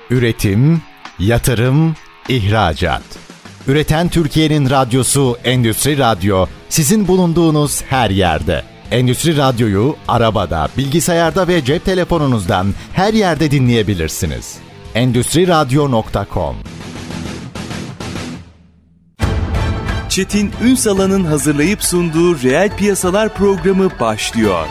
Üretim, yatırım, ihracat. Üreten Türkiye'nin radyosu Endüstri Radyo, sizin bulunduğunuz her yerde. Endüstri Radyo'yu arabada, bilgisayarda ve cep telefonunuzdan her yerde dinleyebilirsiniz. Endüstriradyo.com. Çetin Ünsal'ın hazırlayıp sunduğu Reel Piyasalar programı başlıyor.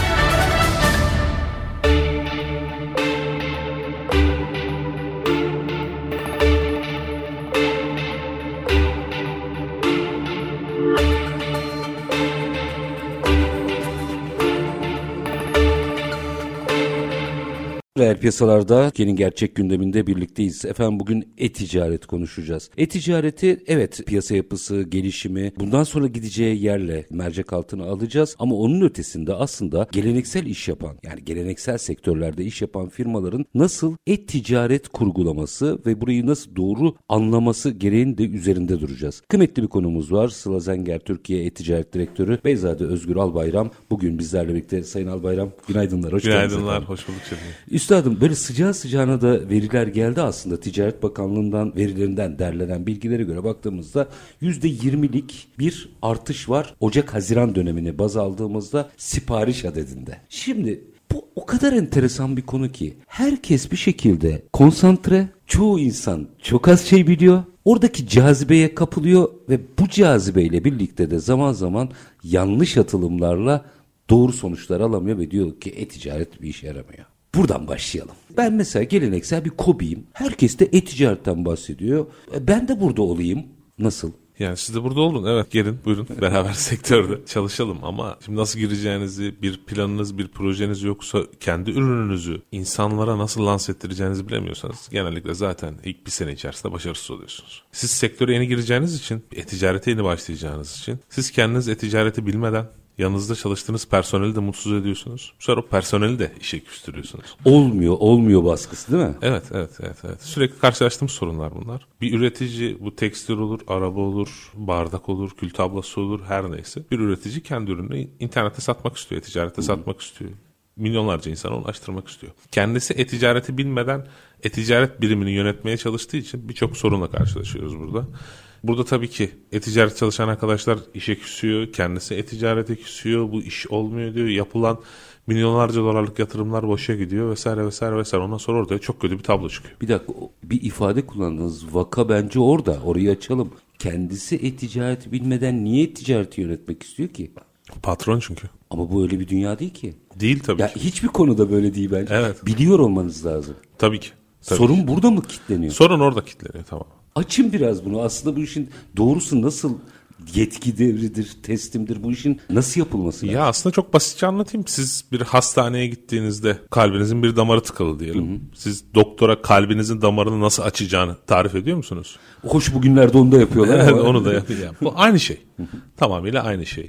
Reel piyasalarda Türkiye'nin gerçek gündeminde birlikteyiz. Efendim bugün e-ticaret konuşacağız. E-ticareti evet piyasa yapısı, gelişimi, bundan sonra gideceği yerle mercek altına alacağız. Ama onun ötesinde aslında geleneksel iş yapan, yani geleneksel sektörlerde iş yapan firmaların nasıl e-ticaret kurgulaması ve burayı nasıl doğru anlaması gereğinin de üzerinde duracağız. Kıymetli bir konumuz var. Sıla Zenger, Türkiye E-Ticaret Direktörü Beyzade Özgür Albayram. Bugün bizlerle birlikte. Sayın Albayram, günaydınlar. Hoş geldiniz. Günaydınlar, hoş bulduk şefim. Üstadım, böyle sıcağı sıcağına da veriler geldi aslında. Ticaret Bakanlığı'ndan verilerinden derlenen bilgilere göre baktığımızda %20'lik bir artış var. Ocak-Haziran dönemini baz aldığımızda sipariş adedinde. Şimdi bu o kadar enteresan bir konu ki herkes bir şekilde konsantre, çoğu insan çok az şey biliyor. Oradaki cazibeye kapılıyor ve bu cazibeyle birlikte de zaman zaman yanlış atılımlarla doğru sonuçlar alamıyor ve diyor ki e-ticaret bir işe yaramıyor. Buradan başlayalım. Ben mesela geleneksel bir KOBİ'yim. Herkes de e-ticaretten bahsediyor. Ben de burada olayım. Nasıl? Yani siz de burada olun. Evet, gelin buyurun beraber sektörde çalışalım ama şimdi nasıl gireceğinizi, bir planınız, bir projeniz yoksa kendi ürününüzü insanlara nasıl lanse ettireceğinizi bilemiyorsanız genellikle zaten ilk bir sene içerisinde başarısız oluyorsunuz. Siz sektöre yeni gireceğiniz için, e-ticarete yeni başlayacağınız için siz kendiniz e-ticareti bilmeden yanınızda çalıştığınız personeli de mutsuz ediyorsunuz. Bu sefer o personeli de işe küstürüyorsunuz. Olmuyor baskısı değil mi? Evet. Sürekli karşılaştığımız sorunlar bunlar. Bir üretici, bu tekstil olur, araba olur, bardak olur, kül tablası olur, her neyse. Bir üretici kendi ürünü internette satmak istiyor, ticarette satmak istiyor. Milyonlarca insana ulaştırmak istiyor. Kendisi e-ticareti bilmeden e-ticaret birimini yönetmeye çalıştığı için birçok sorunla karşılaşıyoruz burada. Burada tabii ki e-ticaret çalışan arkadaşlar işe küsüyor, kendisi e-ticarete küsüyor, bu iş olmuyor diyor, yapılan milyonlarca dolarlık yatırımlar boşa gidiyor vesaire. Ondan sonra orada çok kötü bir tablo çıkıyor. Bir dakika, bir ifade kullandınız. Vaka bence orada. Orayı açalım. Kendisi e-ticareti bilmeden niye e-ticareti yönetmek istiyor ki? Patron çünkü. Ama bu öyle bir dünya değil ki. Değil tabii ya ki. Hiçbir konuda böyle değil bence. Evet. Biliyor olmanız lazım. Tabii ki. Sorun burada mı kilitleniyor? Sorun orada kilitleniyor, tamam. Açın biraz bunu. Aslında bu işin doğrusu nasıl yetki devridir, teslimdir, bu işin nasıl yapılması lazım? Ya aslında çok basitçe anlatayım. Siz bir hastaneye gittiğinizde kalbinizin bir damarı tıkalı diyelim. Hı hı. Siz doktora kalbinizin damarını nasıl açacağını tarif ediyor musunuz? Hoş, bugünlerde onu da yapıyorlar. Evet, onu da yapıyor. Bu aynı şey. Tamamıyla aynı şey.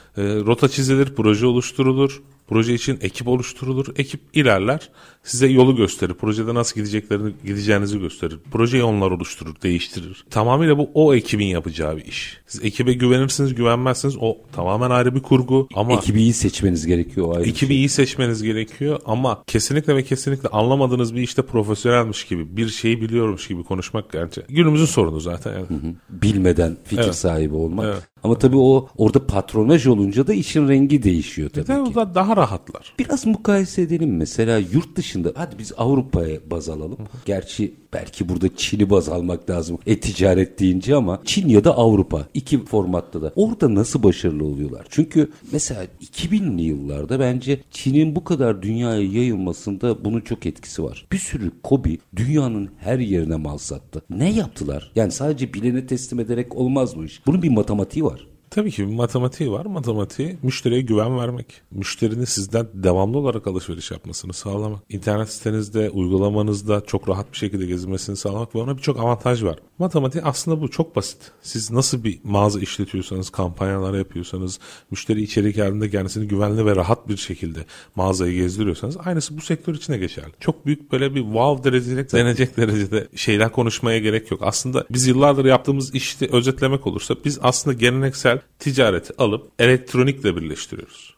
Rota çizilir, proje oluşturulur. Proje için ekip oluşturulur. Ekip ilerler. Size yolu gösterir. Projede nasıl gideceğinizi gösterir. Projeyi onlar oluşturur, değiştirir. Tamamıyla bu o ekibin yapacağı bir iş. Siz ekibe güvenirsiniz, güvenmezsiniz. O tamamen ayrı bir kurgu. Ama ekibi iyi seçmeniz gerekiyor. O ayrı ekibi iyi seçmeniz gerekiyor ama kesinlikle anlamadığınız bir işte profesyonelmiş gibi, bir şeyi biliyormuş gibi konuşmak gerçi günümüzün sorunu zaten. Yani. Bilmeden fikir sahibi olmak. Evet. Ama tabii o orada patronaj olunca da işin rengi değişiyor tabii ki. Daha rahatlar. Biraz mukayese edelim mesela yurt dışında. Hadi biz Avrupa'ya baz alalım. Gerçi belki burada Çin'i baz almak lazım e-ticaret deyince ama Çin ya da Avrupa, iki formatta da. Orada nasıl başarılı oluyorlar? Çünkü mesela 2000'li yıllarda bence Çin'in bu kadar dünyaya yayılmasında bunun çok etkisi var. Bir sürü KOBİ dünyanın her yerine mal sattı. Ne yaptılar? Yani sadece bilene teslim ederek olmaz bu iş. Bunun bir matematiği var. Tabii ki bir matematiği var. Matematiği müşteriye güven vermek. Müşterinin sizden devamlı olarak alışveriş yapmasını sağlamak. İnternet sitenizde, uygulamanızda çok rahat bir şekilde gezilmesini sağlamak ve ona birçok avantaj var. Matematik aslında bu çok basit. Siz nasıl bir mağaza işletiyorsanız, kampanyalar yapıyorsanız, müşteri içeri geldiğinde kendisini güvenli ve rahat bir şekilde mağazayı gezdiriyorsanız aynısı bu sektör için de geçerli. Çok büyük böyle bir wow derecede, denecek derecede şeyler konuşmaya gerek yok. Aslında biz yıllardır yaptığımız işi özetlemek olursa biz aslında geleneksel ticareti alıp elektronikle birleştiriyoruz.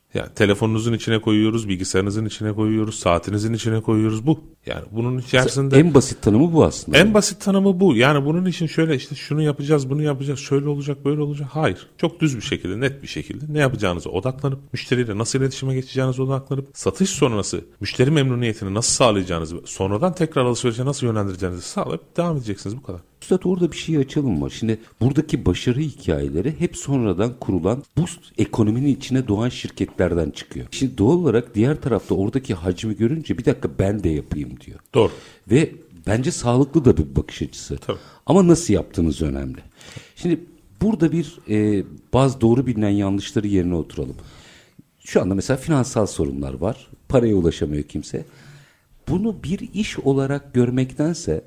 Yani telefonunuzun içine koyuyoruz, bilgisayarınızın içine koyuyoruz, saatinizin içine koyuyoruz bu. Yani bunun içerisinde... En basit tanımı bu aslında. En basit tanımı bu. Yani bunun için şöyle işte şunu yapacağız, bunu yapacağız, şöyle olacak, böyle olacak. Hayır. Çok düz bir şekilde, net bir şekilde ne yapacağınıza odaklanıp, müşteriyle nasıl iletişime geçeceğinize odaklanıp, satış sonrası müşteri memnuniyetini nasıl sağlayacağınızı, sonradan tekrar alışverişe nasıl yönlendireceğinizi sağlayıp devam edeceksiniz, bu kadar. Üstad, orada bir şey açalım mı? Şimdi buradaki başarı hikayeleri hep sonradan kurulan bu ekonominin içine doğan şirketlerden çıkıyor. Şimdi doğal olarak diğer tarafta oradaki hacmi görünce bir dakika ben de yapayım diyor. Doğru. Ve bence sağlıklı da bir bakış açısı. Tabii. Ama nasıl yaptığınız önemli. Şimdi burada bazı doğru bilinen yanlışları yerine oturalım. Şu anda mesela finansal sorunlar var. Paraya ulaşamıyor kimse. Bunu bir iş olarak görmektense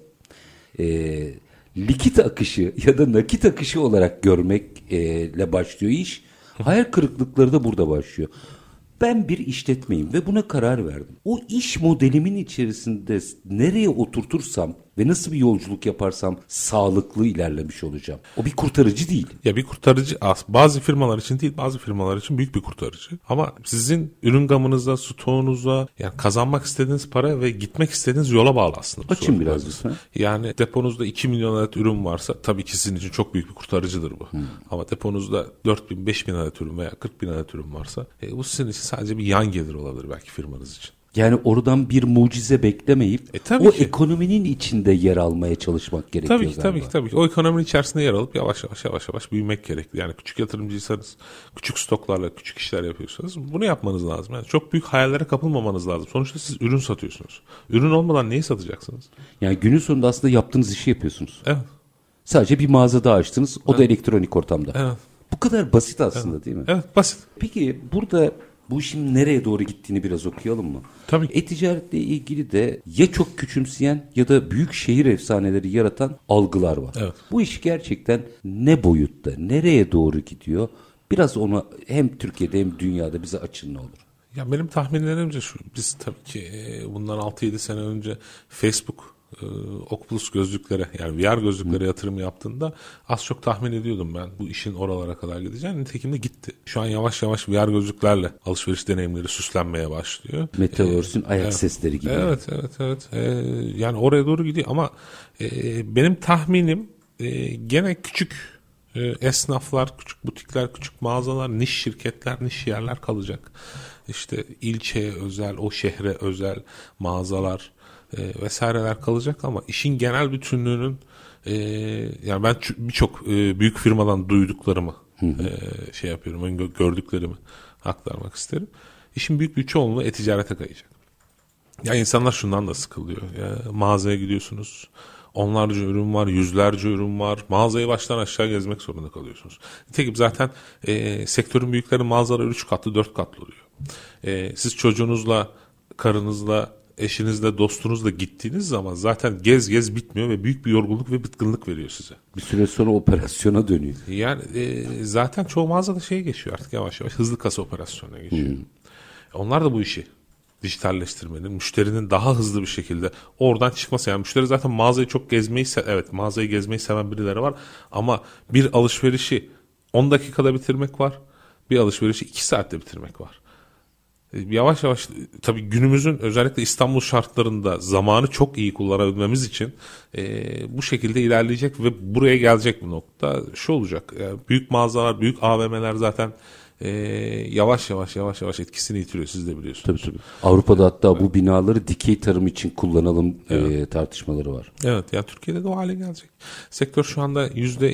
likit akışı ya da nakit akışı olarak görmekle başlıyor iş. Hayal kırıklıkları da burada başlıyor. Ben bir işletmeyim ve buna karar verdim. O iş modelimin içerisinde nereye oturtursam ve nasıl bir yolculuk yaparsam sağlıklı ilerlemiş olacağım. O bir kurtarıcı değil. Ya bir kurtarıcı bazı firmalar için değil, bazı firmalar için büyük bir kurtarıcı. Ama sizin ürün gamınıza, stoğunuza, yani kazanmak istediğiniz para ve gitmek istediğiniz yola bağlı aslında. Açın biraz lütfen. Yani deponuzda 2 milyon adet ürün varsa tabii ki sizin için çok büyük bir kurtarıcıdır bu. Ama deponuzda 4 bin, 5 bin adet ürün veya 40 bin adet ürün varsa bu sizin için sadece bir yan gelir olabilir belki firmanız için. Yani oradan bir mucize beklemeyip o ekonominin içinde yer almaya çalışmak gerekiyor galiba. Tabii ki. O ekonominin içerisinde yer alıp yavaş yavaş büyümek gerekli. Yani küçük yatırımcıysanız, küçük stoklarla küçük işler yapıyorsanız bunu yapmanız lazım. Yani çok büyük hayallere kapılmamanız lazım. Sonuçta siz ürün satıyorsunuz. Ürün olmadan neyi satacaksınız? Yani günün sonunda aslında yaptığınız işi yapıyorsunuz. Evet. Sadece bir mağazada açtınız. O da elektronik ortamda. Evet. Bu kadar basit aslında, değil mi? Evet, basit. Peki burada bu işin nereye doğru gittiğini biraz okuyalım mı? Tabii. E-ticaretle ilgili de ya çok küçümseyen ya da büyük şehir efsaneleri yaratan algılar var. Evet. Bu iş gerçekten ne boyutta, nereye doğru gidiyor? Biraz onu hem Türkiye'de hem dünyada bize açın ne olur. Ya benim tahminlerimce şu, biz tabii ki bundan 6-7 sene önce Facebook Oculus gözlüklere, yani VR gözlüklere yatırım yaptığında az çok tahmin ediyordum ben bu işin oralara kadar gideceğini. Nitekim de gitti. Şu an yavaş yavaş VR gözlüklerle alışveriş deneyimleri süslenmeye başlıyor. Metaverse'ün ayak sesleri gibi. Evet. Yani oraya doğru gidiyor ama benim tahminim gene küçük esnaflar, küçük butikler, küçük mağazalar, niş şirketler, niş yerler kalacak. İşte ilçeye özel, o şehre özel mağazalar vesaireler kalacak ama işin genel bütünlüğünün yani ben birçok büyük firmadan duyduklarımı şey yapıyorum, gördüklerimi aktarmak isterim. İşin büyük bir çoğunluğu e-ticarete kayacak. Ya insanlar şundan da sıkılıyor. Ya, mağazaya gidiyorsunuz. Onlarca ürün var, yüzlerce ürün var. Mağazayı baştan aşağı gezmek zorunda kalıyorsunuz. Nitekim zaten sektörün büyükleri mağazaları 3 katlı, 4 katlı oluyor. Siz çocuğunuzla, karınızla, eşinizle, dostunuzla gittiğiniz zaman zaten gez bitmiyor ve büyük bir yorgunluk ve bıkkınlık veriyor size. Bir süre sonra operasyona dönüyor. Yani zaten çoğu mağazada şeye geçiyor artık yavaş yavaş, hızlı kasa operasyonuna geçiyor. Onlar da bu işi dijitalleştirmenin, müşterinin daha hızlı bir şekilde oradan çıkması. Yani müşteri zaten mağazayı çok gezmeyi mağazayı gezmeyi seven birileri var ama bir alışverişi 10 dakikada bitirmek var. Bir alışverişi 2 saatte bitirmek var. Yavaş yavaş tabii günümüzün özellikle İstanbul şartlarında zamanı çok iyi kullanabilmemiz için bu şekilde ilerleyecek ve buraya gelecek bu nokta. Şu olacak, büyük mağazalar, büyük AVM'ler zaten yavaş yavaş etkisini yitiriyor, siz de biliyorsunuz. Tabii. Avrupa'da hatta bu binaları dikey tarım için kullanalım tartışmaları var. Evet, yani Türkiye'de de o hale gelecek. Sektör şu anda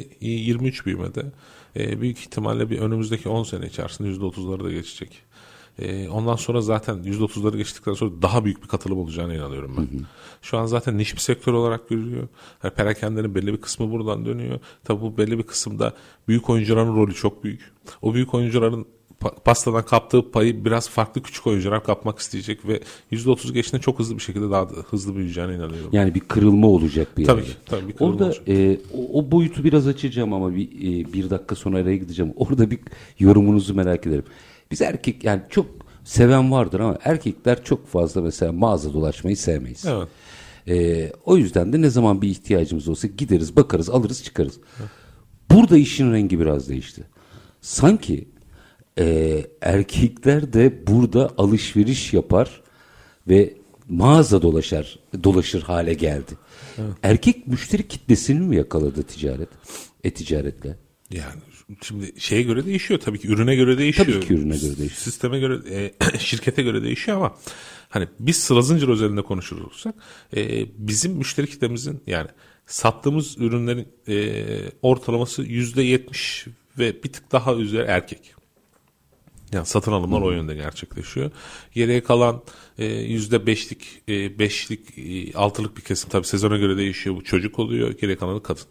%23 büyümede. Büyük ihtimalle bir önümüzdeki 10 sene içerisinde %30'ları da geçecek. Ondan sonra zaten %30'ları geçtikten sonra daha büyük bir katılım olacağına inanıyorum ben. Şu an zaten niş bir sektör olarak görülüyor. Yani perakendelerin belli bir kısmı buradan dönüyor. Tabii bu belli bir kısımda büyük oyuncuların rolü çok büyük. O büyük oyuncuların pastadan kaptığı payı biraz farklı küçük oyuncular kapmak isteyecek ve %30 geçtiğinde çok hızlı bir şekilde daha hızlı büyüyeceğine inanıyorum. Yani bir kırılma olacak bir yerde. Tabii bir kırılma orada olacak. O boyutu biraz açacağım ama bir dakika sonra araya gideceğim. Orada bir yorumunuzu merak ederim. Biz erkek, yani çok seven vardır ama erkekler çok fazla mesela mağaza dolaşmayı sevmeyiz. Evet. O yüzden de ne zaman bir ihtiyacımız olsa gideriz, bakarız, alırız, çıkarız. Burada işin rengi biraz değişti. Sanki Erkekler de burada alışveriş yapar ve mağaza dolaşır hale geldi. Evet. Erkek müşteri kitlesini mi yakaladı ticaretle? Yani şimdi şeye göre değişiyor tabii ki, ürüne göre değişiyor. Tabii ki ürüne göre değişiyor. Sisteme göre, şirkete göre değişiyor ama hani biz sıra zincir özelinde konuşursak bizim müşteri kitlemizin, yani sattığımız ürünlerin ortalaması %70 ve bir tık daha üzeri erkek. Yani satın alımlar o yönde gerçekleşiyor. Geriye kalan %5'lik, 5'lik, 6'lık bir kesim, tabii sezona göre değişiyor. Bu çocuk oluyor. Geriye kalanı kadın.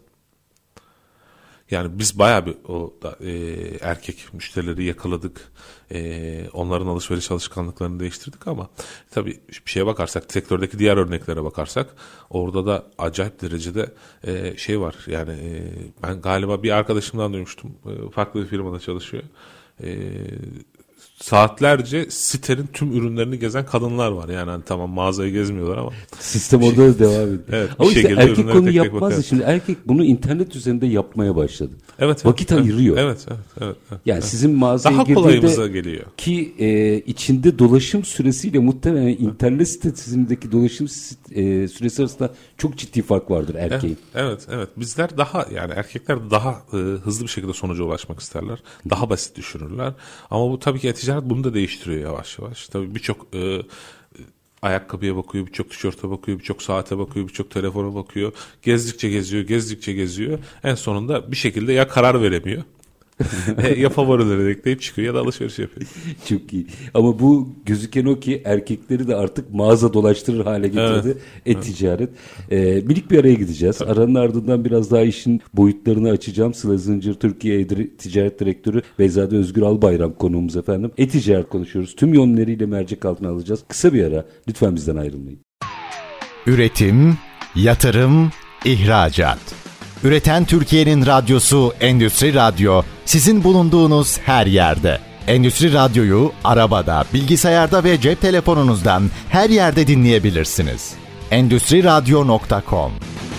Yani biz bayağı bir erkek müşterileri yakaladık. Onların alışveriş alışkanlıklarını değiştirdik ama tabii bir şeye bakarsak, sektördeki diğer örneklere bakarsak orada da acayip derecede şey var. Yani ben galiba bir arkadaşımdan duymuştum. Farklı bir firmada çalışıyor. Saatlerce sitenin tüm ürünlerini gezen kadınlar var. Yani hani tamam, mağazayı gezmiyorlar ama sistem orada da devam ediyor. Evet, ama işte erkek onu yapmazdı. Bakar. Şimdi erkek bunu internet üzerinde yapmaya başladı. Evet, vakit ayırıyor. Evet. Yani sizin mağazaya daha kolayımıza girdiğinde geliyor. Ki içinde dolaşım süresiyle muhtemelen internet sitesindeki dolaşım süresi arasında çok ciddi fark vardır erkeğin. Evet. Bizler daha, yani erkekler daha hızlı bir şekilde sonuca ulaşmak isterler. Daha basit düşünürler. Ama bu tabii ki ticaret bunu da değiştiriyor yavaş yavaş. Tabii birçok ayakkabıya bakıyor, birçok tişörte bakıyor, birçok saate bakıyor, birçok telefona bakıyor. Gezdikçe geziyor. En sonunda bir şekilde ya karar veremiyor ya favorileri ekleyip çıkıyor ya da alışveriş yapıyor. Çok iyi. Ama bu gözüken o ki erkekleri de artık mağaza dolaştırır hale getirdi. Ticaret. Minik bir araya gideceğiz. Tabii. Aranın ardından biraz daha işin boyutlarını açacağım. Sıla Zincir Türkiye Ticaret Direktörü Beyzade Özgür Albayram konuğumuz efendim. E-ticaret konuşuyoruz. Tüm yönleriyle mercek altına alacağız. Kısa bir ara. Lütfen bizden ayrılmayın. Üretim, yatırım, ihracat. Üreten Türkiye'nin radyosu Endüstri Radyo, sizin bulunduğunuz her yerde. Endüstri Radyo'yu arabada, bilgisayarda ve cep telefonunuzdan her yerde dinleyebilirsiniz. Endüstriradyo.com.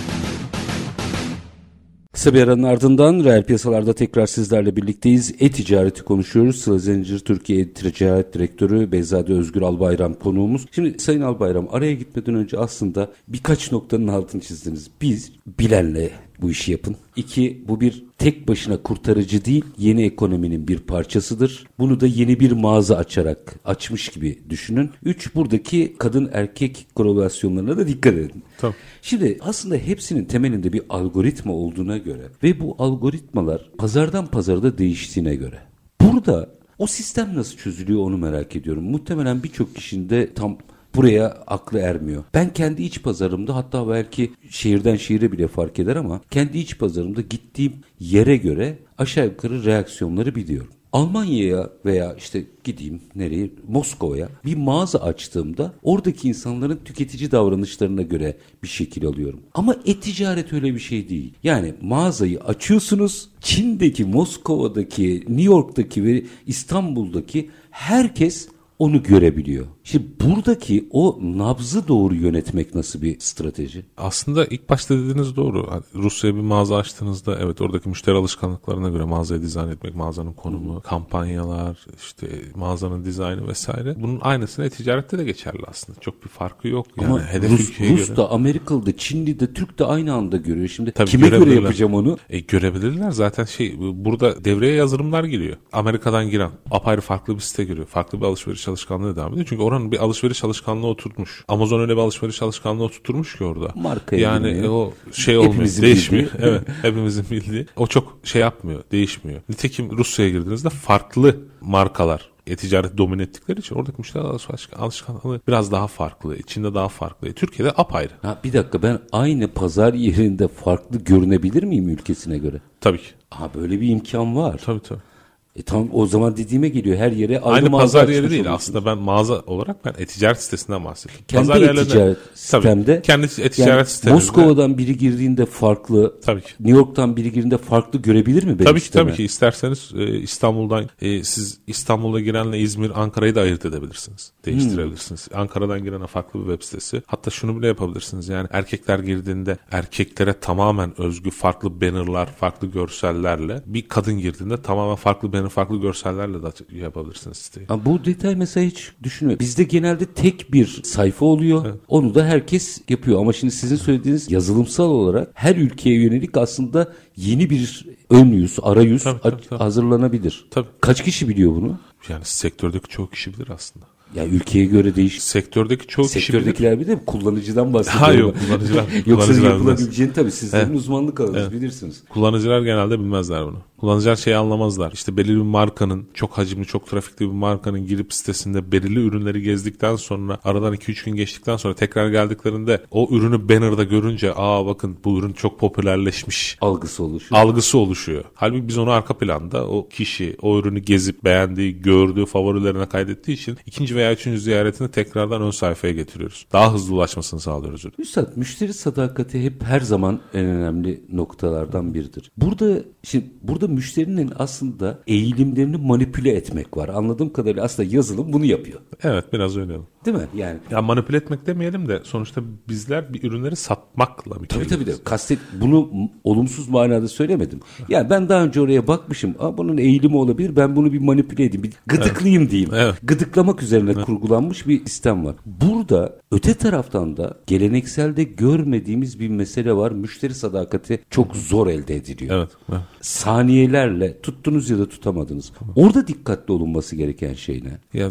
Kısa bir aranın ardından reel piyasalarda tekrar sizlerle birlikteyiz. E-ticareti konuşuyoruz. Sıla Zincir Türkiye Ticaret Direktörü Beyzade Özgür Albayram konuğumuz. Şimdi Sayın Albayram, araya gitmeden önce aslında birkaç noktanın altını çizdiniz. Biz bilenle bu işi yapın. 2, bu bir tek başına kurtarıcı değil, yeni ekonominin bir parçasıdır. Bunu da yeni bir mağaza açmış gibi düşünün. 3, buradaki kadın erkek korelasyonlarına da dikkat edin. Tamam. Şimdi aslında hepsinin temelinde bir algoritma olduğuna göre ve bu algoritmalar pazardan pazarda değiştiğine göre. Burada o sistem nasıl çözülüyor onu merak ediyorum. Muhtemelen birçok kişinin de tam buraya aklı ermiyor. Ben kendi iç pazarımda, hatta belki şehirden şehire bile fark eder ama kendi iç pazarımda gittiğim yere göre aşağı yukarı reaksiyonları biliyorum. Almanya'ya veya işte gideyim nereye, Moskova'ya bir mağaza açtığımda oradaki insanların tüketici davranışlarına göre bir şekil alıyorum. Ama e-ticaret öyle bir şey değil. Yani mağazayı açıyorsunuz, Çin'deki, Moskova'daki, New York'taki ve İstanbul'daki herkes onu görebiliyor. Şimdi buradaki o nabzı doğru yönetmek nasıl bir strateji? Aslında ilk başta dediğiniz doğru. Rusya'ya bir mağaza açtığınızda evet, oradaki müşteri alışkanlıklarına göre mağazayı dizayn etmek, mağazanın konumu, kampanyalar, işte mağazanın dizaynı vesaire. Bunun aynısını ticarette de geçerli aslında. Çok bir farkı yok. Yani ama Rus da, Amerikalı da, Çinli de, Türk de aynı anda görüyor. Şimdi tabii kime göre yapacağım onu? Görebilirler. Zaten burada devreye yazılımlar giriyor. Amerika'dan giren apayrı farklı bir site giriyor. Farklı bir alışveriş alışkanlığı devam ediyor. Çünkü oranın bir alışveriş alışkanlığı oturtmuş. Amazon öyle bir alışveriş alışkanlığı oturtmuş ki orada. Markaya yani bilmiyor. O şey olmuyor. Değişmiyor. Evet. Hepimizin bildiği. O çok şey yapmıyor. Değişmiyor. Nitekim Rusya'ya girdiğinizde farklı markalar ticaret domine ettikleri için oradaki müşteri alışkanlığı biraz daha farklı. İçinde daha farklı. Türkiye'de apayrı. Bir dakika, ben aynı pazar yerinde farklı görünebilir miyim ülkesine göre? Tabii ki. Böyle bir imkan var. Tabii. Tam o zaman dediğime geliyor, her yere aynı pazar yeri değil aslında. Ben mağaza olarak ben e-ticaret sitesinden bahsediyorum. Kendi pazar e-ticaret sitemde, kendi e-ticaret sitemizde. Moskova'dan biri girdiğinde farklı, tabii ki. New York'tan biri girdiğinde farklı görebilir mi benim Tabii ki isterseniz İstanbul'dan siz İstanbul'a girenle İzmir, Ankara'yı da ayırt edebilirsiniz. Değiştirebilirsiniz. Ankara'dan girene farklı bir web sitesi. Hatta şunu bile yapabilirsiniz. Yani erkekler girdiğinde erkeklere tamamen özgü farklı bannerlar, farklı görsellerle, bir kadın girdiğinde tamamen farklı ürünlerini farklı görsellerle de yapabilirsiniz siteyi. Ama bu detay mesela hiç düşünmüyorum. Bizde genelde tek bir sayfa oluyor. Evet. Onu da herkes yapıyor. Ama şimdi sizin söylediğiniz yazılımsal olarak her ülkeye yönelik aslında yeni bir ön yüz, arayüz tabii. hazırlanabilir. Tabii. Kaç kişi biliyor bunu? Yani sektördeki çoğu kişi bilir aslında. Ya ülkeye göre değişir. Sektördeki çoğu kişi bilir. Sektördekiler bilir mi? Kullanıcıdan bahsediyorum. Ha yok, kullanıcılar. Yoksa yapılabileceğini tabii sizlerin uzmanlık alanınız bilirsiniz. Kullanıcılar genelde bilmezler bunu. Kullanıcılar şeyi anlamazlar. İşte belirli bir markanın, çok hacimli, çok trafikli bir markanın girip sitesinde belirli ürünleri gezdikten sonra, aradan 2-3 gün geçtikten sonra tekrar geldiklerinde o ürünü banner'da görünce bakın bu ürün çok popülerleşmiş. Algısı oluşuyor. Halbuki biz onu arka planda o kişi o ürünü gezip beğendiği, gördüğü, favorilerine kaydettiği için ikinci veya üçüncü ziyaretini tekrardan ön sayfaya getiriyoruz. Daha hızlı ulaşmasını sağlıyoruz. Üstad, müşteri sadakati hep her zaman en önemli noktalardan biridir. Burada müşterinin aslında eğilimlerini manipüle etmek var. Anladığım kadarıyla aslında yazılım bunu yapıyor. Evet, biraz öyle. Değil mi? Yani ya manipüle etmek demeyelim de sonuçta bizler bir ürünleri satmakla mükelleriz. Tabii. Bunu olumsuz manada söylemedim. Yani ben daha önce oraya bakmışım. Bunun eğilimi olabilir. Ben bunu bir manipüle edeyim. Bir gıdıklayayım diyeyim. Evet. Gıdıklamak üzerine kurgulanmış bir sistem var. Burada öte taraftan da gelenekselde görmediğimiz bir mesele var. Müşteri sadakati çok zor elde ediliyor. Evet. Saniyelerle tuttunuz ya da tutamadınız. Orada dikkatli olunması gereken şey ne?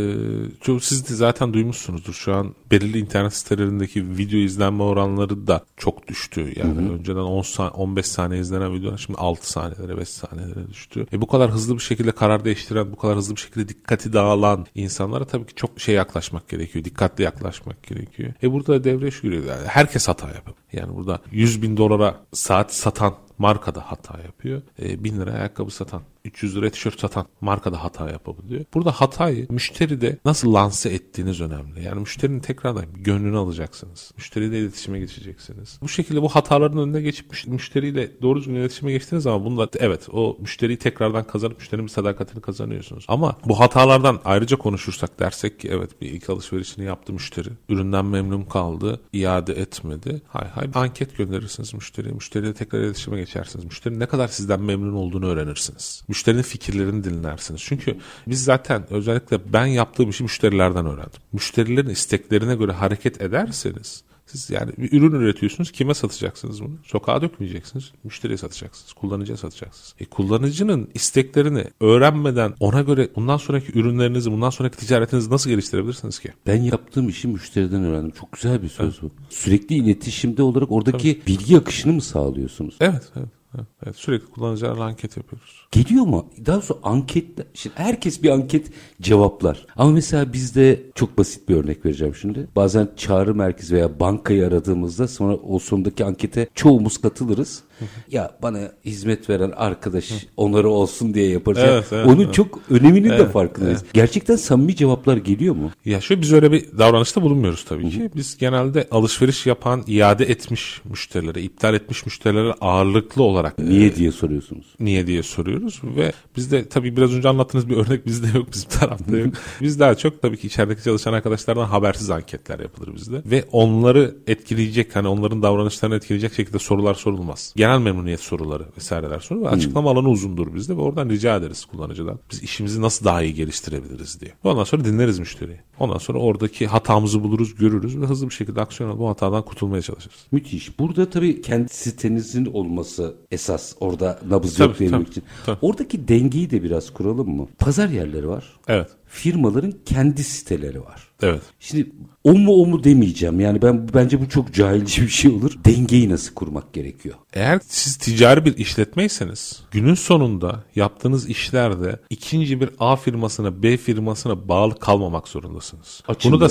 Siz de zaten duymuşsunuzdur. Şu an belirli internet sitelerindeki video izlenme oranları da çok düştü. Yani önceden 15 saniye izlenen videolar şimdi 6 saniyelere 5 saniyelere düştü. Bu kadar hızlı bir şekilde karar değiştiren, bu kadar hızlı bir şekilde dikkati dağılan insanlara tabii ki çok yaklaşmak gerekiyor. Dikkatli yaklaşmak gerekiyor. Burada devreye şu giriyor. Yani herkes hata yapıyor. Yani burada $100.000 saat satan marka da hata yapıyor. 1.000 lira ayakkabı satan, 300 lira tişört satan marka da hata yapabiliyor. Burada hatayı müşteride nasıl lanse ettiğiniz önemli. Yani müşterinin tekrardan gönlünü alacaksınız. Müşteriyle iletişime geçeceksiniz. Bu şekilde bu hataların önüne geçip müşteriyle doğru düzgün iletişime geçtiğiniz zaman bunda evet o müşteriyi tekrardan kazanıp müşterinin sadakatini kazanıyorsunuz. Ama bu hatalardan ayrıca konuşursak dersek ki evet bir ilk alışverişini yaptı müşteri. Üründen memnun kaldı. İade etmedi. Hay anket gönderirsiniz müşteriye. Müşteriyle tekrar iletişime geçersiniz. Müşterinin ne kadar sizden memnun olduğunu öğrenirsiniz. Müşterinin fikirlerini dinlersiniz. Çünkü biz zaten özellikle ben yaptığım işi müşterilerden öğrendim. Müşterilerin isteklerine göre hareket ederseniz siz yani bir ürün üretiyorsunuz. Kime satacaksınız bunu? Sokağa dökmeyeceksiniz. Müşteriye satacaksınız. Kullanıcıya satacaksınız. Kullanıcının isteklerini öğrenmeden ona göre bundan sonraki ürünlerinizi, bundan sonraki ticaretinizi nasıl geliştirebilirsiniz ki? Ben yaptığım işi müşteriden öğrendim. Çok güzel bir söz bu. Sürekli iletişimde olarak oradaki bilgi akışını mı sağlıyorsunuz? Evet. Sürekli kullanıcılarla anket yapıyoruz. Geliyor mu? Daha doğrusu anketler. Şimdi herkes bir anket cevaplar. Ama mesela bizde çok basit bir örnek vereceğim şimdi. Bazen çağrı merkezi veya bankayı aradığımızda sonra o sondaki ankete çoğumuz katılırız. Ya bana hizmet veren arkadaş onarı olsun diye yaparız. Onun çok öneminin de farkındayız. Gerçekten samimi cevaplar geliyor mu? Ya biz öyle bir davranışta bulunmuyoruz tabii ki. Biz genelde alışveriş yapan, iade etmiş müşterilere, iptal etmiş müşterilere ağırlıklı olarak. Niye diye soruyorsunuz? Niye diye soruyoruz ve bizde tabii biraz önce anlattığınız bir örnek bizde yok, bizim tarafta yok. Biz daha çok tabii ki içerideki çalışan arkadaşlardan habersiz anketler yapılır bizde ve onları etkileyecek, onların davranışlarını etkileyecek şekilde sorular sorulmaz. Genel memnuniyet soruları vesaireler sorulur ve açıklama alanı uzundur bizde ve oradan rica ederiz kullanıcıdan. Biz işimizi nasıl daha iyi geliştirebiliriz diye. Ondan sonra dinleriz müşteriyi. Ondan sonra oradaki hatamızı buluruz, görürüz ve hızlı bir şekilde aksiyon alıp bu hatadan kurtulmaya çalışırız. Müthiş. Burada tabii kendi sitenizin olması esas orada nabız yok diyebilmek için. Tabii. Oradaki dengeyi de biraz kuralım mı? Pazar yerleri var. Evet. Firmaların kendi siteleri var. Evet. Şimdi o mu demeyeceğim. Yani bence bu çok cahilce bir şey olur. Dengeyi nasıl kurmak gerekiyor? Eğer siz ticari bir işletmeyseniz günün sonunda yaptığınız işlerde ikinci bir A firmasına, B firmasına bağlı kalmamak zorundasınız. Bunu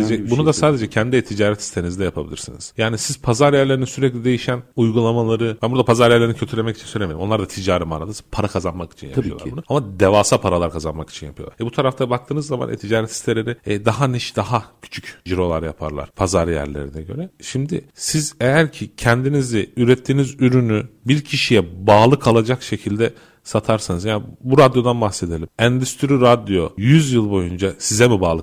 da sadece kendi e-ticaret sitenizde yapabilirsiniz. Yani siz pazar yerlerinin sürekli değişen uygulamaları, ben burada pazar yerlerini kötülemek için söylemiyorum. Onlar da ticari manada para kazanmak için yapıyorlar bunu. Ama devasa paralar kazanmak için yapıyorlar. Bu tarafta baktığınız zaman e-ticaret siteleri daha niş, daha küçük cirolar yaparlar pazar yerlerine göre. Şimdi siz eğer ki kendinizi, ürettiğiniz ürünü bir kişiye bağlı kalacak şekilde satarsanız, yani bu radyodan bahsedelim. Endüstri radyo 100 yıl boyunca size mi bağlı kalacak?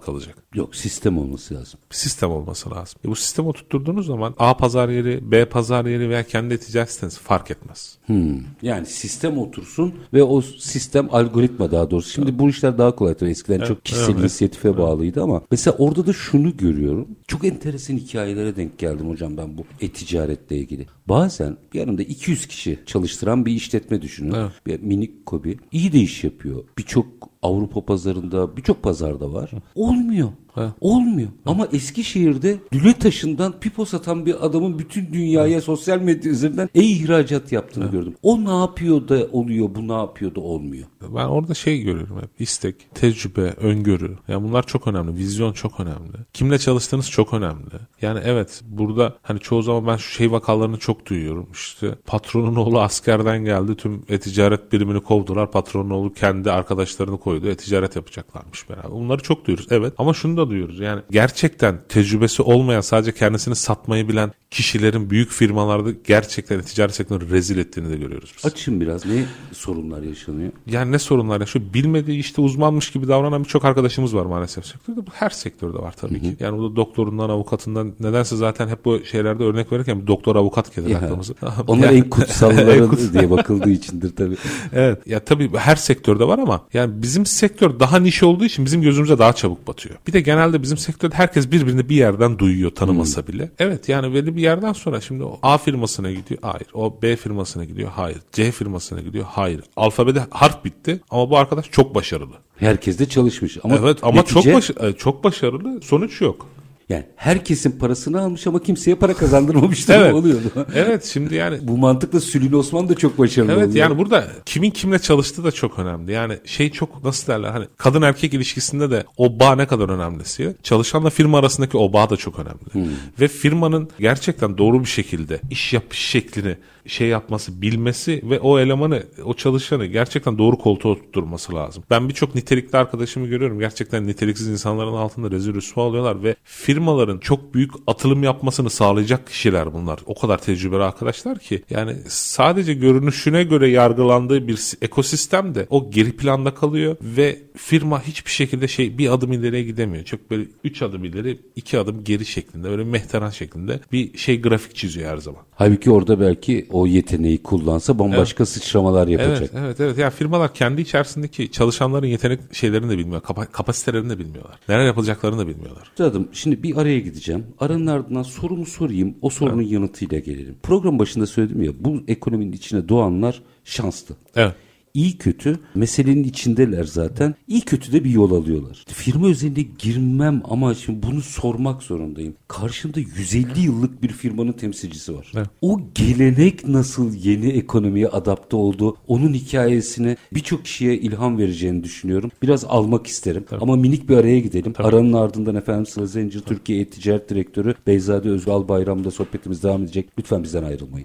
Yok, sistem olması lazım. Bir sistem olması lazım. Bu sistemi oturtturduğunuz zaman A pazar yeri, B pazar yeri veya kendi ticaret siteniz fark etmez. Yani sistem otursun ve o sistem algoritma daha doğrusu. Şimdi bu işler daha kolay tabii. Eskiden çok kişisel inisiyatife bağlıydı ama mesela orada da şunu görüyorum. Çok enteresan hikayelere denk geldim hocam ben bu e-ticaretle ilgili. Bazen yanımda 200 kişi çalıştıran bir işletme düşünün. Evet. Bir minik KOBİ. İyi de iş yapıyor. Birçok Avrupa pazarında, birçok pazarda var. Olmuyor. Olmuyor. Ama Eskişehir'de Lületaşı'ndan pipo satan bir adamın bütün dünyaya sosyal medya üzerinden ihracat yaptığını gördüm. O ne yapıyor da oluyor, bu ne yapıyor da olmuyor. Ben orada görüyorum hep. İstek, tecrübe, öngörü. Yani bunlar çok önemli. Vizyon çok önemli. Kimle çalıştığınız çok önemli. Yani evet, burada hani çoğu zaman ben şu vakalarını çok duyuyorum. İşte patronun oğlu askerden geldi. Tüm e-ticaret birimini kovdular. Patronun oğlu kendi arkadaşlarını koydu. E-ticaret yapacaklarmış beraber. Bunları çok duyuyoruz. Evet. Ama şunu da duyuyoruz. Yani gerçekten tecrübesi olmayan, sadece kendisini satmayı bilen kişilerin büyük firmalarda gerçekten ticaret sektörünü rezil ettiğini de görüyoruz biz. Açın biraz. Ne sorunlar yaşanıyor? Yani ne sorunlar yaşıyor? Bilmediği işte uzmanmış gibi davranan birçok arkadaşımız var maalesef sektörde. Bu her sektörde var tabii ki. Yani burada doktorundan, avukatından, nedense zaten hep bu şeylerde örnek verirken bir doktor avukat gelir aklımıza. Onlar en kutsalları diye bakıldığı içindir tabii. Evet. Ya tabii her sektörde var ama yani bizim sektör daha niş olduğu için bizim gözümüze daha çabuk batıyor. Bir de genelde bizim sektörde herkes birbirini bir yerden duyuyor, tanımasa bile. Evet, yani belli bir yerden sonra şimdi o A firmasına gidiyor. Hayır. O B firmasına gidiyor. Hayır. C firmasına gidiyor. Hayır. Alfabede harf bitti ama bu arkadaş çok başarılı. Herkes de çalışmış. Ama evet, ama netice, çok başarılı. Sonuç yok. Yani herkesin parasını almış ama kimseye para kazandırmamış da evet. oluyordu. Evet, şimdi yani bu mantıkla Sülün Osman da çok başarılı oluyor. Evet, yani burada kimin kimle çalıştığı da çok önemli. Yani çok, nasıl derler, hani kadın erkek ilişkisinde de o bağ ne kadar önemlisi. Çalışanla firma arasındaki o bağ da çok önemli. Ve firmanın gerçekten doğru bir şekilde iş yapış şeklini yapması, bilmesi ve o elemanı, o çalışanı gerçekten doğru koltuğa oturtturması lazım. Ben birçok nitelikli arkadaşımı görüyorum. Gerçekten niteliksiz insanların altında rezil rüsva alıyorlar ve firmaların çok büyük atılım yapmasını sağlayacak kişiler bunlar. O kadar tecrübeli arkadaşlar ki yani sadece görünüşüne göre yargılandığı bir ekosistem de o geri planda kalıyor ve firma hiçbir şekilde bir adım ileriye gidemiyor. Çok böyle 3 adım ileri 2 adım geri şeklinde, böyle mehteran şeklinde bir grafik çiziyor her zaman. Halbuki orada belki o yeteneği kullansa bambaşka sıçramalar yapacak. Evet. Yani firmalar kendi içerisindeki çalışanların yetenek şeylerini de bilmiyor. Kapasitelerini de bilmiyorlar. Neler yapılacaklarını da bilmiyorlar. Üstadım, şimdi bir araya gideceğim. Aranın ardından sorumu sorayım. O sorunun yanıtıyla gelelim. Program başında söyledim ya, bu ekonominin içine doğanlar şanslı. Evet. İyi kötü meselenin içindeler zaten. İyi kötü de bir yol alıyorlar. Firma özeline girmem ama şimdi bunu sormak zorundayım. Karşımda 150 yıllık bir firmanın temsilcisi var. Evet. O gelenek nasıl yeni ekonomiye adapte oldu? Onun hikayesini birçok kişiye ilham vereceğini düşünüyorum. Biraz almak isterim. Tabii. Ama minik bir araya gidelim. Tabii. Aranın ardından efendim Sıla Zencir Türkiye E-Ticaret Direktörü Beyzade Özgür Albayram'da sohbetimiz devam edecek. Lütfen bizden ayrılmayın.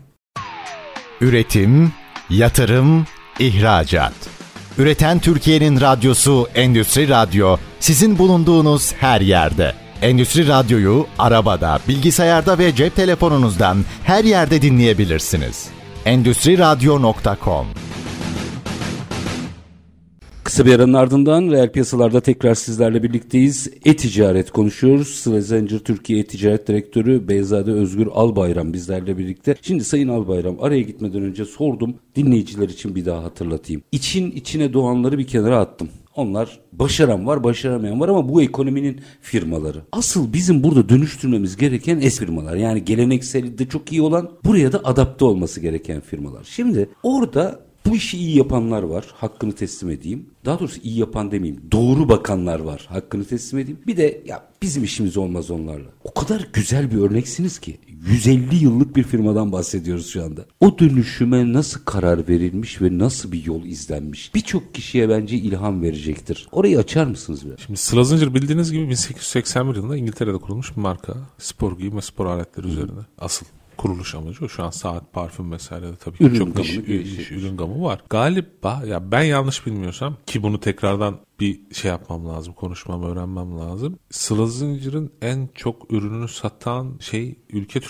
Üretim, yatırım, İhracat. Üreten Türkiye'nin radyosu Endüstri Radyo, sizin bulunduğunuz her yerde. Endüstri Radyo'yu arabada, bilgisayarda ve cep telefonunuzdan her yerde dinleyebilirsiniz. Endüstriradyo.com. Kısa bir aranın ardından reel piyasalarda tekrar sizlerle birlikteyiz. E-ticaret konuşuyoruz. Sıla Zencir Türkiye E-Ticaret Direktörü Beyzade Özgür Albayram bizlerle birlikte. Şimdi Sayın Albayram, araya gitmeden önce sordum. Dinleyiciler için bir daha hatırlatayım. İçine doğanları bir kenara attım. Onlar başaran var, başaramayan var ama bu ekonominin firmaları. Asıl bizim burada dönüştürmemiz gereken firmalar. Yani gelenekselde çok iyi olan, buraya da adapte olması gereken firmalar. Şimdi orada bu işi iyi yapanlar var. Hakkını teslim edeyim. Daha doğrusu iyi yapan demeyeyim. Doğru bakanlar var. Hakkını teslim edeyim. Bir de bizim işimiz olmaz onlarla. O kadar güzel bir örneksiniz ki. 150 yıllık bir firmadan bahsediyoruz şu anda. O dönüşüme nasıl karar verilmiş ve nasıl bir yol izlenmiş? Birçok kişiye bence ilham verecektir. Orayı açar mısınız biraz? Şimdi Sıla Zincir bildiğiniz gibi 1881 yılında İngiltere'de kurulmuş bir marka. Spor giyim ve spor aletleri üzerine. Asıl kuruluş amacı o. Şu an saat, parfüm vesaire de tabii ki çok ürün gamı var. Galiba ben yanlış bilmiyorsam, ki bunu tekrardan bir yapmam lazım, konuşmam, öğrenmem lazım. Sıla Zincir'in en çok ürününü satan ülke Türkiye.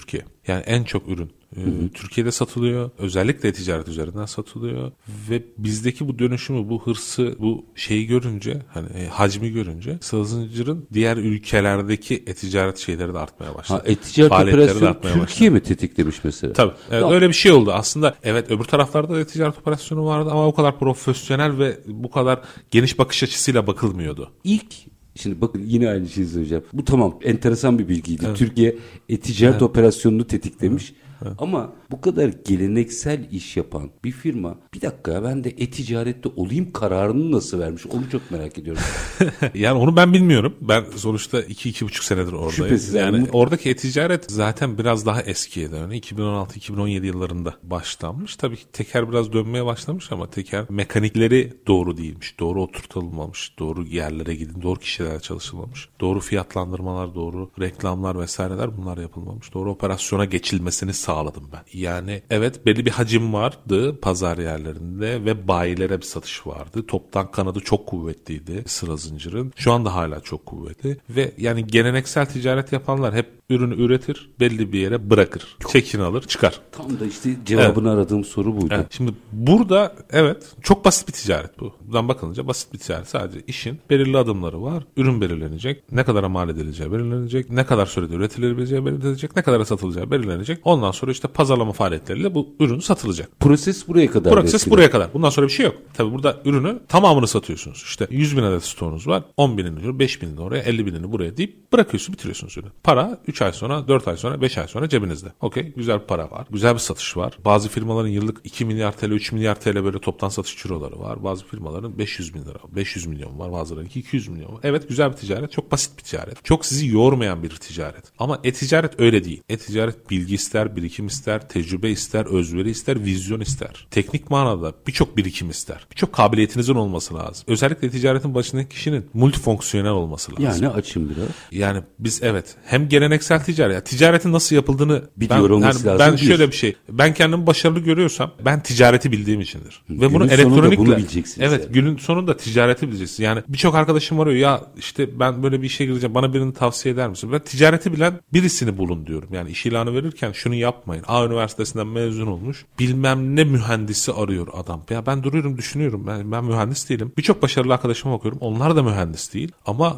Yani en çok ürün Türkiye'de satılıyor. Özellikle ticaret üzerinden satılıyor. Ve bizdeki bu dönüşümü, bu hırsı, bu şeyi görünce, hani hacmi görünce Sıla'nın diğer ülkelerdeki e-ticaret şeyleri de artmaya başladı. E-ticaret operasyonu Türkiye mi tetiklemiş mesela? Tabii. Evet, öyle bir şey oldu. Aslında evet, öbür taraflarda da e-ticaret operasyonu vardı ama o kadar profesyonel ve bu kadar geniş bakış açısıyla bakılmıyordu. Şimdi bakın yine aynı şeyi söyleyeceğim. Bu tamam, enteresan bir bilgiydi. Evet. Türkiye e-ticaret operasyonunu tetiklemiş. Evet. Ama bu kadar geleneksel iş yapan bir firma, bir dakika ya, ben de e-ticarette olayım kararını nasıl vermiş, onu çok merak ediyorum. Yani onu ben bilmiyorum. Ben sonuçta 2-2,5 senedir oradayım. Şüphesiz. Yani oradaki e-ticaret zaten biraz daha eskiye dayanıyor. 2016-2017 yıllarında başlanmış. Tabii ki teker biraz dönmeye başlamış ama teker mekanikleri doğru değilmiş. Doğru oturtulmamış. Doğru yerlere gidin. Doğru kişilerle çalışılmamış. Doğru fiyatlandırmalar, doğru reklamlar vesaireler, bunlar yapılmamış. Doğru operasyona geçilmesini sağladım ben. Yani evet, belli bir hacim vardı pazar yerlerinde ve bayilere bir satış vardı. Toptan kanadı çok kuvvetliydi Sıla zincirinin. Şu anda hala çok kuvvetli ve yani geleneksel ticaret yapanlar hep ürünü üretir, belli bir yere bırakır. Çekin alır, çıkar. Tam da işte cevabını aradığım soru buydu. Evet. Şimdi burada evet, çok basit bir ticaret bu. Buradan bakılınca basit bir ticaret. Sadece işin belirli adımları var. Ürün belirlenecek. Ne kadara mal edileceği belirlenecek. Ne kadar sürede üretilebileceği belirlenecek. Ne kadara satılacağı belirlenecek. Ondan sonra işte pazarlama faaliyetleriyle bu ürün satılacak. Proses buraya kadar. Proses buraya kadar. Bundan sonra bir şey yok. Tabii burada ürünü tamamını satıyorsunuz. İşte 100 bin adet stoğunuz var. 10 binini diyor, 5 binini oraya, 50 binini buraya deyip bırakıyorsunuz, bitiriyorsunuz ürünü. Para 3 ay sonra, 4 ay sonra, 5 ay sonra cebinizde. Okey, güzel bir para var. Güzel bir satış var. Bazı firmaların yıllık 2 milyar TL, 3 milyar TL böyle toptan satış ciroları var. Bazı firmaların 500 bin lira, 500 milyon var. Bazılarının 200 milyon var. Evet, güzel bir ticaret. Çok basit bir ticaret. Çok sizi yormayan bir ticaret. Ama e-ticaret öyle değil. E-ticaret bilgi ister, birikim ister, tecrübe ister, özveri ister, vizyon ister. Teknik manada birçok birikim ister. Birçok kabiliyetinizin olması lazım. Özellikle ticaretin başındaki kişinin multifonksiyonel olması lazım. Yani açın biraz. Yani biz evet, hem geleneksel ticaret, ticaretin nasıl yapıldığını biliyor olması lazım. Ben şöyle bir şey, ben kendimi başarılı görüyorsam ben ticareti bildiğim içindir. Ve bunu elektronikle, bunu bileceksiniz. Evet, yani. Günün sonunda ticareti bileceksin. Yani birçok arkadaşım arıyor, ya işte ben böyle bir işe gireceğim, bana birini tavsiye eder misin? Ben ticareti bilen birisini bulun diyorum. Yani iş ilanı verirken şunu yapmayın. A üniversitesinden mezun olmuş, bilmem ne mühendisi arıyor adam. Ya ben duruyorum, düşünüyorum. Ben mühendis değilim. Birçok başarılı arkadaşıma bakıyorum. Onlar da mühendis değil. Ama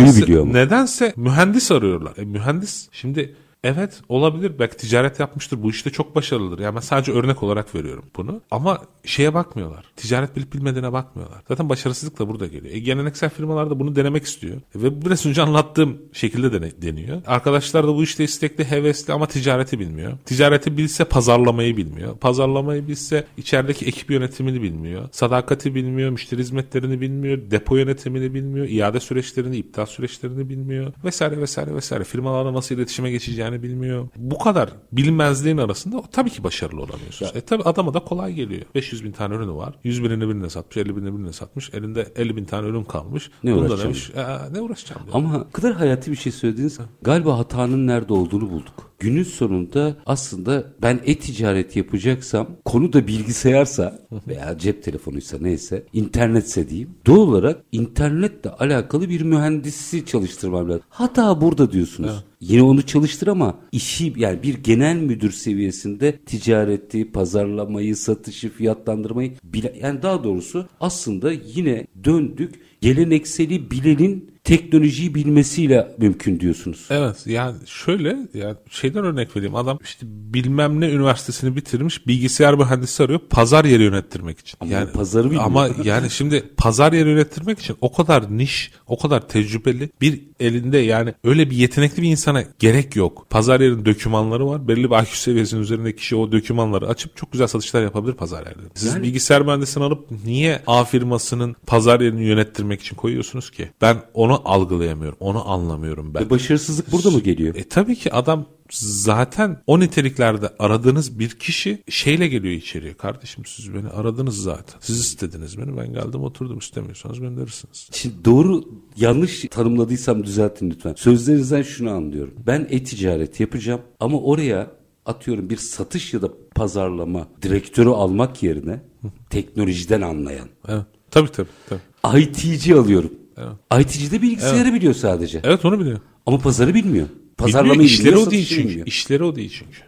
nedense mühendis arıyorlar. Mühendis şimdi evet olabilir. Belki ticaret yapmıştır. Bu işte çok başarılıdır. Yani ben sadece örnek olarak veriyorum bunu. Ama şeye bakmıyorlar. Ticaret bilip bilmediğine bakmıyorlar. Zaten başarısızlık da burada geliyor. Geleneksel firmalar da bunu denemek istiyor. Ve biraz önce anlattığım şekilde deniyor. Arkadaşlar da bu işte istekli, hevesli ama ticareti bilmiyor. Ticareti bilse pazarlamayı bilmiyor. Pazarlamayı bilse içerideki ekip yönetimini bilmiyor. Sadakati bilmiyor. Müşteri hizmetlerini bilmiyor. Depo yönetimini bilmiyor. İade süreçlerini, iptal süreçlerini bilmiyor. Vesaire vesaire vesaire. Firmalarla nasıl iletişime geçeceğini bilmiyor. Bu kadar bilinmezliğin arasında tabii ki başarılı olamıyorsunuz. Tabii adama da kolay geliyor. 500 bin tane ürünü var. 100 binini birine satmış, 50 binini birine satmış. Elinde 50 bin tane ürün kalmış. Ne uğraşacağım? Demiş, ne uğraşacağım diyor. Ama kadar hayati bir şey söylediniz. Galiba hatanın nerede olduğunu bulduk. Günün sonunda aslında ben e-ticaret yapacaksam, konu da bilgisayarsa veya cep telefonuysa neyse, internetse diyeyim. Doğal olarak internetle alakalı bir mühendisi çalıştırmam lazım. Hata burada diyorsunuz. Evet. Yine onu çalıştır ama işi, yani bir genel müdür seviyesinde ticareti, pazarlamayı, satışı, fiyatlandırmayı yani daha doğrusu aslında yine döndük gelenekseli bilenin teknolojiyi bilmesiyle mümkün diyorsunuz. Evet, yani şöyle, yani şeyden örnek vereyim. Adam işte bilmem ne üniversitesini bitirmiş, bilgisayar mühendisi arıyor pazar yeri yönettirmek için. Ama yani pazarı bilmiyor. Ama yani şimdi pazar yeri yönettirmek için o kadar niş, o kadar tecrübeli bir elinde, yani öyle bir yetenekli bir insana gerek yok. Pazar yerinin dokümanları var. Belli bir IQ seviyesinin üzerindeki kişi o dokümanları açıp çok güzel satışlar yapabilir pazar yerlerinde. Siz yani bilgisayar mühendisini alıp niye A firmasının pazar yerini yönettirmek için koyuyorsunuz ki? Ben onu algılayamıyorum. Onu anlamıyorum ben. Başarısızlık burada mı geliyor? Tabii ki adam zaten o niteliklerde aradığınız bir kişi şeyle geliyor içeriye. Kardeşim siz beni aradınız zaten. Siz istediniz beni. Ben geldim oturdum. İstemiyorsanız gönderirsiniz. Şimdi doğru yanlış tanımladıysam düzeltin lütfen. Sözlerinizden şunu anlıyorum. Ben e-ticaret yapacağım ama oraya atıyorum bir satış ya da pazarlama direktörü almak yerine teknolojiden anlayan. Evet. Tabii. IT'ci alıyorum. Evet. IT'ci de bilgisayarı biliyor sadece. Evet, onu biliyor. Ama pazarı bilmiyor. Pazarlamayı bilmiyor, bilmiyor, işleri o değil çünkü. İşleri o değil çünkü.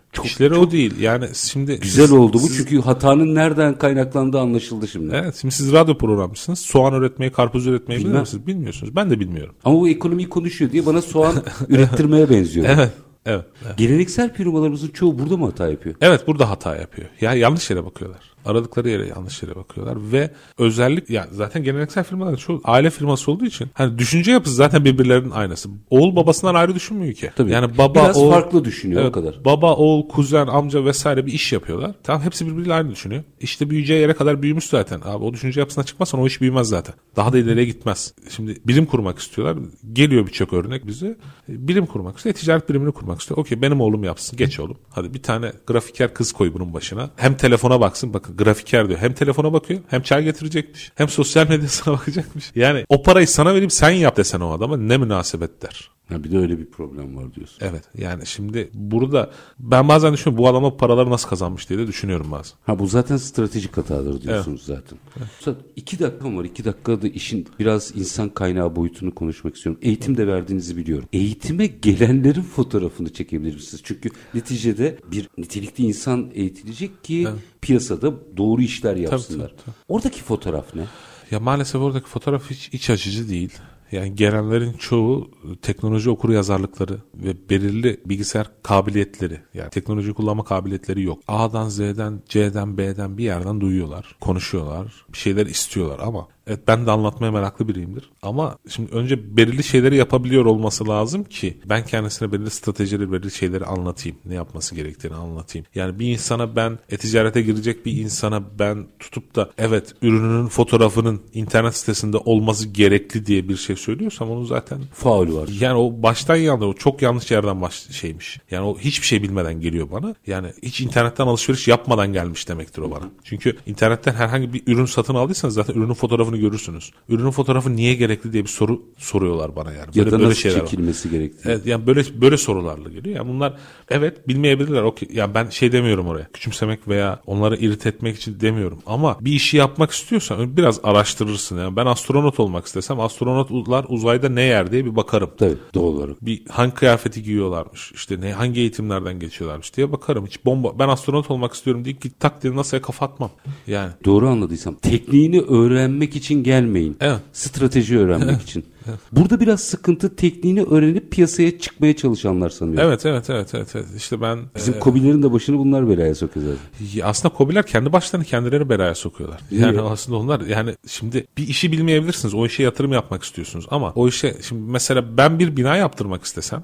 İşleri o değil. Yani şimdi Güzel oldu bu çünkü hatanın nereden kaynaklandığı anlaşıldı şimdi. Evet, şimdi siz radyo programcısınız. Soğan üretmeyi, karpuz üretmeyi bilir Bilmem. misiniz? Bilmiyorsunuz. Ben de bilmiyorum. Ama bu ekonomiyi konuşuyor diye bana soğan ürettirmeye benziyor. Evet. Evet. Geleneksel firmalarımızın çoğu burada mı hata yapıyor? Evet, burada hata yapıyor. Ya yanlış yere bakıyorlar. Aradıkları yere yanlış yere bakıyorlar ve özellikle yani zaten geleneksel firmaların çoğu aile firması olduğu için hani düşünce yapısı zaten birbirlerinin aynısı. Oğul babasından ayrı düşünmüyor ki. Tabii. Yani baba biraz oğul, farklı düşünüyor evet, o kadar. Baba, oğul, kuzen, amca vesaire bir iş yapıyorlar. Tamam, hepsi birbiriyle aynı düşünüyor. İşte büyüyeceği yere kadar büyümüş zaten. Abi o düşünce yapısına çıkmazsan o iş büyümez zaten. Daha da ileriye gitmez. Şimdi birim kurmak istiyorlar. Geliyor birçok örnek bize. Birim kurmak istiyor. Ticaret birimini kurmak istiyor. Okey, benim oğlum yapsın. Geç oğlum. Hadi bir tane grafiker kız koy bunun başına. Hem telefona baksın. Bakın, grafiker diyor. Hem telefona bakıyor. Hem çay getirecekmiş. Hem sosyal medyasına bakacakmış. Yani o parayı sana vereyim sen yap desen o adama ne münasebet der. Ha, bir de öyle bir problem var diyorsun. Evet, yani şimdi burada ben bazen düşünüyorum bu adama paraları nasıl kazanmış diye de düşünüyorum bazen. Ha, bu zaten stratejik hatadır diyorsunuz zaten. Evet. 2 dakikam var. 2 dakikada işin biraz insan kaynağı boyutunu konuşmak istiyorum. Eğitim de verdiğinizi biliyorum. Eğitime gelenlerin fotoğrafını çekebilir misiniz? Çünkü neticede bir nitelikli insan eğitilecek ki piyasada doğru işler yapsınlar. Tabii. Oradaki fotoğraf ne? Ya maalesef oradaki fotoğraf hiç iç açıcı değil. Yani gelenlerin çoğu teknoloji okuryazarlıkları ve belirli bilgisayar kabiliyetleri, yani teknoloji kullanma kabiliyetleri yok. A'dan Z'den, C'den, B'den bir yerden duyuyorlar, konuşuyorlar, bir şeyler istiyorlar ama evet, ben de anlatmaya meraklı biriyimdir. Ama şimdi önce belirli şeyleri yapabiliyor olması lazım ki ben kendisine belirli stratejileri, belirli şeyleri anlatayım. Ne yapması gerektiğini anlatayım. Yani bir insana ben, ticarete girecek bir insana ben tutup da evet ürününün fotoğrafının internet sitesinde olması gerekli diye bir şey söylüyorsam onun zaten faul var. Yani o baştan yandı. O çok yanlış yerden şeymiş. Yani o hiçbir şey bilmeden geliyor bana. Yani hiç internetten alışveriş yapmadan gelmiş demektir o bana. Çünkü internetten herhangi bir ürün satın aldıysanız zaten ürünün fotoğrafını görürsünüz. Ürünün fotoğrafı niye gerekli diye bir soru soruyorlar bana yani. Ya da nasıl şeyler çekilmesi gerektiği. Evet, yani böyle sorularla geliyor. Yani bunlar evet bilmeyebilirler. Okay. Yani ben şey demiyorum oraya. Küçümsemek veya onları irite etmek için demiyorum. Ama bir işi yapmak istiyorsan biraz araştırırsın. Yani ben astronot olmak istesem astronotlar uzayda ne yer diye bir bakarım. Tabii, doğal olarak. Bir hangi kıyafeti giyiyorlarmış, işte hangi eğitimlerden geçiyorlarmış diye bakarım. Hiç ben astronot olmak istiyorum diye git tak diye NASA'ya kafa atmam. Yani. Doğru anladıysam tekniğini öğrenmek için gelmeyin. Evet. Strateji öğrenmek için. Evet. Burada biraz sıkıntı tekniğini öğrenip piyasaya çıkmaya çalışanlar sanıyorum. Evet. İşte ben bizim KOBİ'lerin de başını bunlar belaya sokuyorlar. Aslında KOBİ'ler kendi başlarını kendileri belaya sokuyorlar. Yani aslında onlar yani şimdi bir işi bilmeyebilirsiniz. O işe yatırım yapmak istiyorsunuz ama o işe şimdi mesela ben bir bina yaptırmak istesem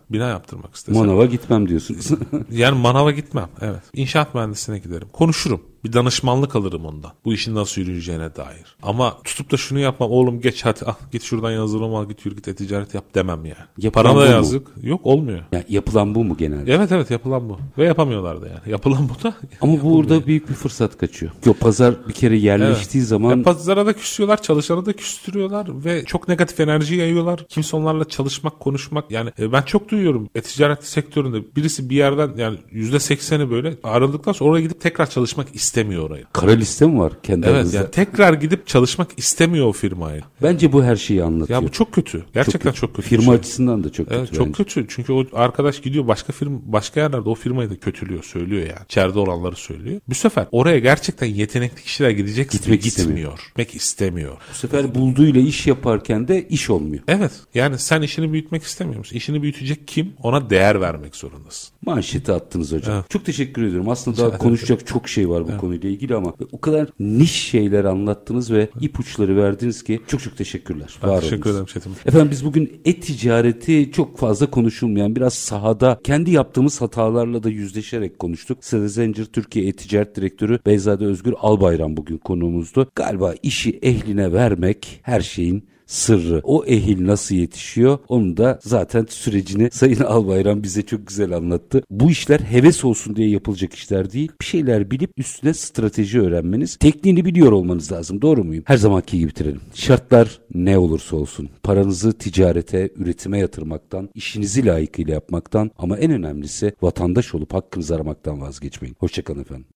manava gitmem diyorsunuz. Yani manava gitmem. Evet. İnşaat mühendisine giderim. Konuşurum. Bir danışmanlık alırım ondan. Bu işin nasıl yürüyeceğine dair. Ama tutup da şunu yapmam. Oğlum geç hadi git şuradan yazılım al git yürü git ticaret yap demem yani. Para da yazık. Yok olmuyor. Yani yapılan bu mu genelde? Evet yapılan bu. Ve yapamıyorlar da yani. Yapılan bu da. Ama burada büyük bir fırsat kaçıyor. O pazar bir kere yerleştiği zaman. Ya pazara da küsüyorlar, çalışanı da küstürüyorlar ve çok negatif enerji yayıyorlar. Kimse onlarla çalışmak, konuşmak. Yani ben çok duyuyorum. Ticaret sektöründe birisi bir yerden yani %80'i böyle ayrıldıktan sonra oraya gidip tekrar çalışmak istemiyor orayı. Kara liste mi var kendi aranızda? Evet, yani tekrar gidip çalışmak istemiyor o firmayı. Bence bu her şeyi anlatıyor. Ya bu çok kötü. Gerçekten çok kötü. Firma açısından da çok kötü. Evet, çok kötü. Çünkü o arkadaş gidiyor başka yerlerde o firmayı da kötülüyor, söylüyor yani. İçeride olanları söylüyor. Bu sefer oraya gerçekten yetenekli kişiler gitmek istemiyor. Bu sefer bulduğuyla iş yaparken de iş olmuyor. Evet. Yani sen işini büyütmek istemiyor musun? İşini büyütecek kim? Ona değer vermek zorundasın. Manşeti attınız hocam. Evet. Çok teşekkür ediyorum. Aslında daha konuşacak çok şey var bu konuyla ilgili ama o kadar niş şeyler anlattınız ve ipuçları verdiniz ki çok teşekkürler. Ben teşekkür ederim Çetin. Efendim biz bugün ticareti çok fazla konuşulmayan biraz sahada kendi yaptığımız hatalarla da yüzleşerek konuştuk. Sıra Zincir Türkiye Ticaret Direktörü Beyzade Özgür Albayram bugün konuğumuzdu. Galiba işi ehline vermek her şeyin sırrı. O ehil nasıl yetişiyor? Onu da zaten sürecini Sayın Albayram bize çok güzel anlattı. Bu işler heves olsun diye yapılacak işler değil. Bir şeyler bilip üstüne strateji öğrenmeniz, tekniğini biliyor olmanız lazım. Doğru muyum? Her zamanki gibi bitirelim. Şartlar ne olursa olsun paranızı ticarete, üretime yatırmaktan, işinizi layıkıyla yapmaktan ama en önemlisi vatandaş olup hakkınızı aramaktan vazgeçmeyin. Hoşçakalın efendim.